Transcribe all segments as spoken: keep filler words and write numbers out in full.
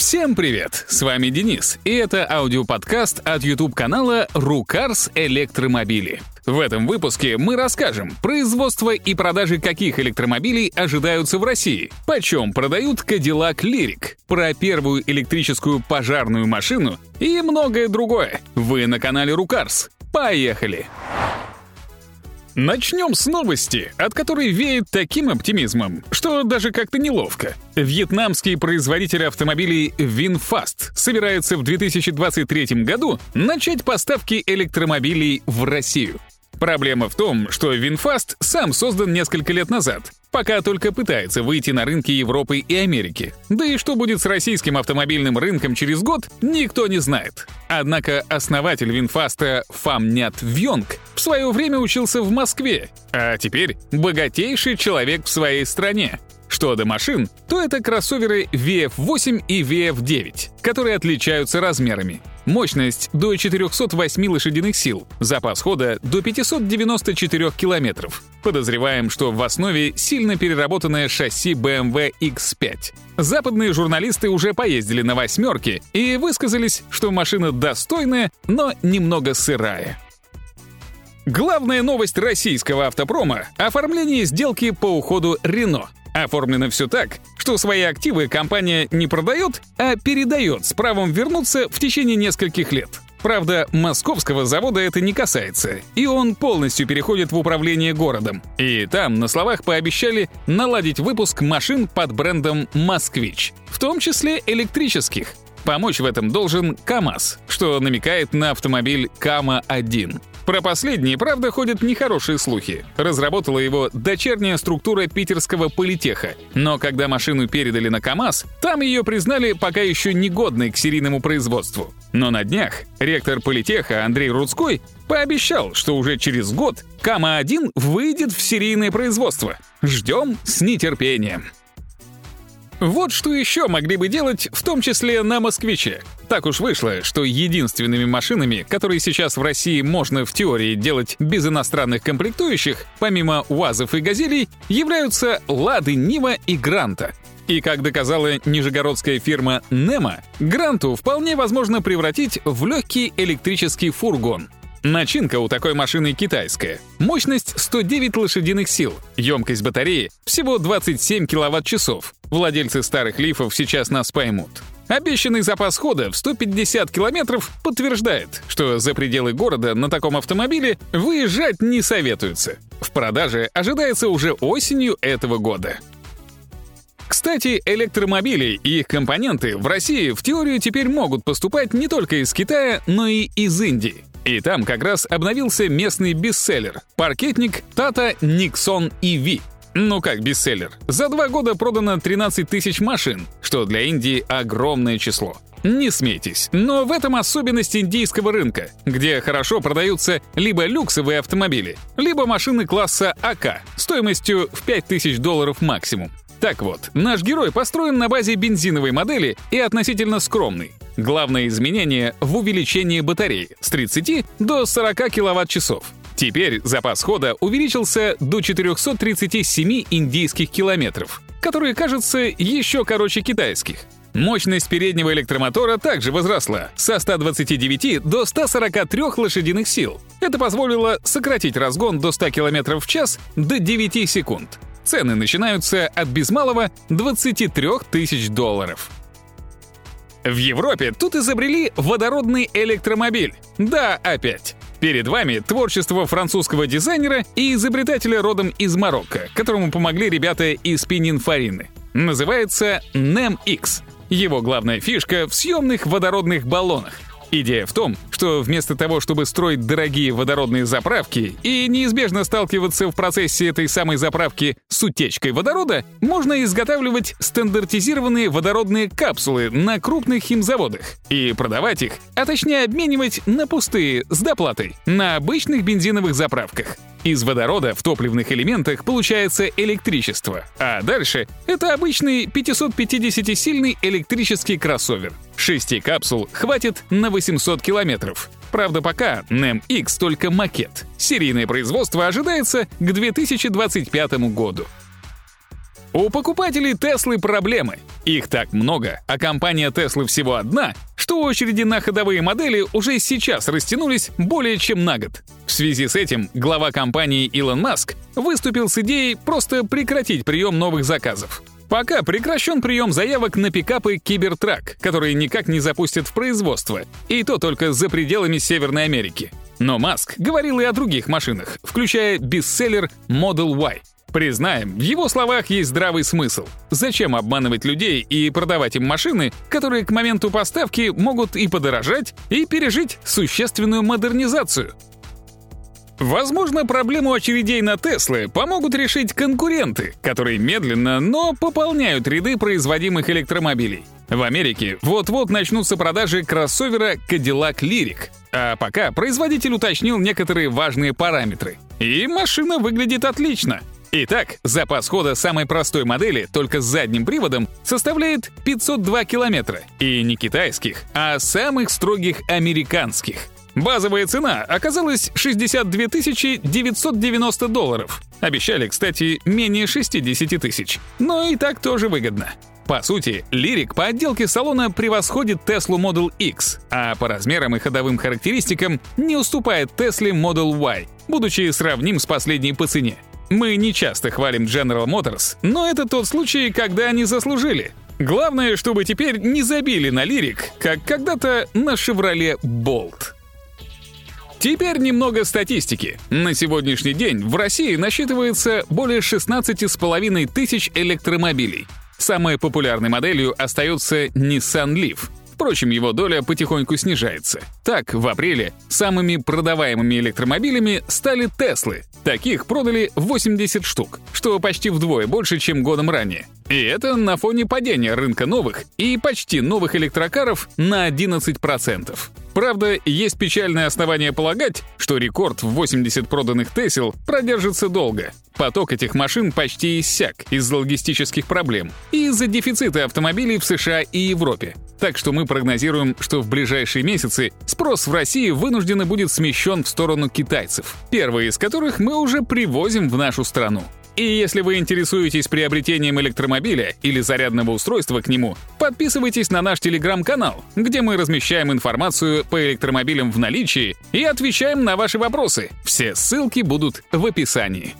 Всем привет! С вами Денис, и это аудиоподкаст от YouTube-канала «Рукарс Электромобили». В этом выпуске мы расскажем, производство и продажи каких электромобилей ожидаются в России, почем продают Cadillac Lyriq, про первую электрическую пожарную машину и многое другое. Вы на канале Рукарс. Поехали! Начнем с новости, от которой веет таким оптимизмом, что даже как-то неловко. Вьетнамский производитель автомобилей VinFast собирается в две тысячи двадцать третьем году начать поставки электромобилей в Россию. Проблема в том, что VinFast сам создан несколько лет назад, пока только пытается выйти на рынки Европы и Америки. Да и что будет с российским автомобильным рынком через год, никто не знает. Однако основатель VinFast Pham Nhat Vuong в свое время учился в Москве, а теперь богатейший человек в своей стране. Что до машин, то это кроссоверы ви эф восемь и ви эф девять, которые отличаются размерами. Мощность до четырехсот восьми лошадиных сил, запас хода до пятисот девяноста четырёх километров. Подозреваем, что в основе сильно переработанное шасси бэ эм вэ икс пять. Западные журналисты уже поездили на «восьмерке» и высказались, что машина достойная, но немного сырая. Главная новость российского автопрома — оформление сделки по уходу Renault. Оформлено все так, что свои активы компания не продает, а передает с правом вернуться в течение нескольких лет. Правда, московского завода это не касается, и он полностью переходит в управление городом. И там на словах пообещали наладить выпуск машин под брендом «Москвич», в том числе электрических. Помочь в этом должен КАМАЗ, что намекает на автомобиль Кама один. Про последний, правда, ходят нехорошие слухи. Разработала его дочерняя структура питерского политеха. Но когда машину передали на КАМАЗ, там ее признали пока еще негодной к серийному производству. Но на днях ректор политеха Андрей Рудской пообещал, что уже через год Кама один выйдет в серийное производство. Ждем с нетерпением. Вот что еще могли бы делать, в том числе на «Москвиче». Так уж вышло, что единственными машинами, которые сейчас в России можно в теории делать без иностранных комплектующих, помимо УАЗов и «Газелей», являются «Лады Нива» и «Гранта». И, как доказала нижегородская фирма «Немо», «Гранту» вполне возможно превратить в легкий электрический фургон. Начинка у такой машины китайская. Мощность сто девять лошадиных сил. Емкость батареи всего двадцать семь киловатт-часов. Владельцы старых лифов сейчас нас поймут. Обещанный запас хода в сто пятьдесят километров подтверждает, что за пределы города на таком автомобиле выезжать не советуется. В продаже ожидается уже осенью этого года. Кстати, электромобили и их компоненты в России в теорию теперь могут поступать не только из Китая, но и из Индии. И там как раз обновился местный бестселлер — паркетник Tata Nexon и ви. Ну как бестселлер? За два года продано тринадцать тысяч машин, что для Индии огромное число. Не смейтесь, но в этом особенность индийского рынка, где хорошо продаются либо люксовые автомобили, либо машины класса АК стоимостью в пять тысяч долларов максимум. Так вот, наш герой построен на базе бензиновой модели и относительно скромный. Главное изменение в увеличении батареи с тридцати до сорока киловатт-часов. Теперь запас хода увеличился до четырехсот тридцати семи индийских километров, которые кажутся еще короче китайских. Мощность переднего электромотора также возросла со ста двадцати девяти до ста сорока трёх лошадиных сил. Это позволило сократить разгон до ста километров в час до девяти секунд. Цены начинаются от без малого двадцати трёх тысяч долларов. В Европе тут изобрели водородный электромобиль. Да, опять. Перед вами творчество французского дизайнера и изобретателя родом из Марокко, которому помогли ребята из Пининфарины. Называется нэм икс. Его главная фишка в съемных водородных баллонах. Идея в том, что вместо того, чтобы строить дорогие водородные заправки и неизбежно сталкиваться в процессе этой самой заправки с утечкой водорода, можно изготавливать стандартизированные водородные капсулы на крупных химзаводах и продавать их, а точнее обменивать на пустые с доплатой на обычных бензиновых заправках. Из водорода в топливных элементах получается электричество, а дальше это обычный пятисотпятидесятисильный электрический кроссовер. Шести капсул хватит на восемьсот километров. Правда, пока нэм икс только макет. Серийное производство ожидается к две тысячи двадцать пятому году. У покупателей Теслы проблемы. Их так много, а компания Tesla всего одна, что очереди на ходовые модели уже сейчас растянулись более чем на год. В связи с этим глава компании Илон Маск выступил с идеей просто прекратить прием новых заказов. Пока прекращен прием заявок на пикапы Cybertruck, которые никак не запустят в производство, и то только за пределами Северной Америки. Но Маск говорил и о других машинах, включая бестселлер Model Y. Признаем, в его словах есть здравый смысл. Зачем обманывать людей и продавать им машины, которые к моменту поставки могут и подорожать, и пережить существенную модернизацию? Возможно, проблему очередей на Теслы помогут решить конкуренты, которые медленно, но пополняют ряды производимых электромобилей. В Америке вот-вот начнутся продажи кроссовера Cadillac Lyriq, а пока производитель уточнил некоторые важные параметры. И машина выглядит отлично. Итак, запас хода самой простой модели, только с задним приводом, составляет пятьсот два километра. И не китайских, а самых строгих американских. Базовая цена оказалась шестьдесят две тысячи девятьсот девяносто долларов. Обещали, кстати, менее шестьдесят тысяч. Но и так тоже выгодно. По сути, Lyriq по отделке салона превосходит Tesla Model X, а по размерам и ходовым характеристикам не уступает Tesla Model Y, будучи сравним с последней по цене. Мы не часто хвалим General Motors, но это тот случай, когда они заслужили. Главное, чтобы теперь не забили на Lyriq, как когда-то на Chevrolet Bolt. Теперь немного статистики. На сегодняшний день в России насчитывается более шестнадцать с половиной тысяч электромобилей. Самой популярной моделью остается Nissan Leaf. Впрочем, его доля потихоньку снижается. Так, в апреле самыми продаваемыми электромобилями стали Теслы. Таких продали восемьдесят штук, что почти вдвое больше, чем годом ранее. И это на фоне падения рынка новых и почти новых электрокаров на одиннадцать процентов. Правда, есть печальное основание полагать, что рекорд в восемьдесят проданных Тесел продержится долго. Поток этих машин почти иссяк из-за логистических проблем и из-за дефицита автомобилей в США и Европе. Так что мы прогнозируем, что в ближайшие месяцы спрос в России вынужденно будет смещен в сторону китайцев, первые из которых мы уже привозим в нашу страну. И если вы интересуетесь приобретением электромобиля или зарядного устройства к нему, подписывайтесь на наш телеграм-канал, где мы размещаем информацию по электромобилям в наличии и отвечаем на ваши вопросы. Все ссылки будут в описании.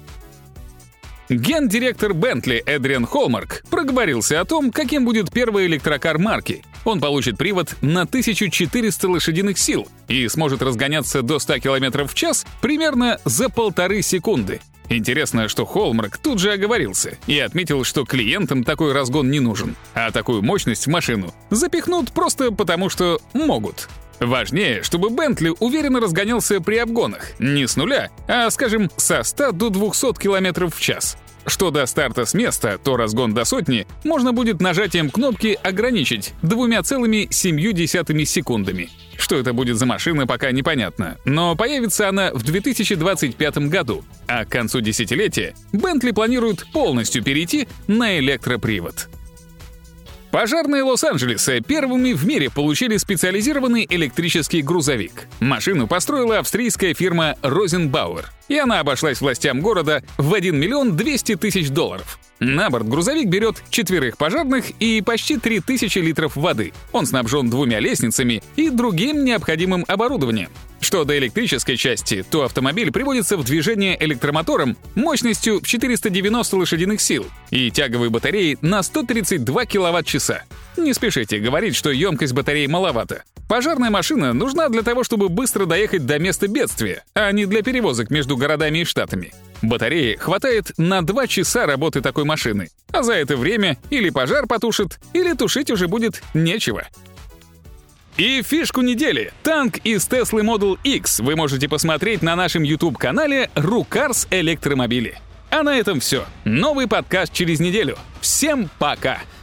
Гендиректор Bentley Эдриан Холмарк проговорился о том, каким будет первый электрокар марки. Он получит привод на тысячу четыреста лошадиных сил и сможет разгоняться до ста километров в час примерно за полторы секунды. Интересно, что Холмарк тут же оговорился и отметил, что клиентам такой разгон не нужен, а такую мощность в машину запихнут просто потому, что могут. Важнее, чтобы Bentley уверенно разгонялся при обгонах, не с нуля, а, скажем, со ста до двухсот километров в час. Что до старта с места, то разгон до сотни можно будет нажатием кнопки ограничить двумя целыми семью десятыми секундами. Что это будет за машина, пока непонятно, но появится она в две тысячи двадцать пятом году, а к концу десятилетия Bentley планирует полностью перейти на электропривод. Пожарные Лос-Анджелеса первыми в мире получили специализированный электрический грузовик. Машину построила австрийская фирма Розенбауэр, и она обошлась властям города в один миллион двести тысяч долларов. На борт грузовик берет четверых пожарных и почти три тысячи литров воды. Он снабжен двумя лестницами и другим необходимым оборудованием. Что до электрической части, то автомобиль приводится в движение электромотором мощностью в четыреста девяносто лошадиных сил и тяговой батареей на сто тридцать два киловатт-часа. Не спешите говорить, что емкость батареи маловато. Пожарная машина нужна для того, чтобы быстро доехать до места бедствия, а не для перевозок между городами и штатами. Батареи хватает на два часа работы такой машины, а за это время или пожар потушит, или тушить уже будет нечего. И фишку недели — танк из Tesla Model X вы можете посмотреть на нашем YouTube-канале «Рукарс Электромобили». А на этом все. Новый подкаст через неделю. Всем пока!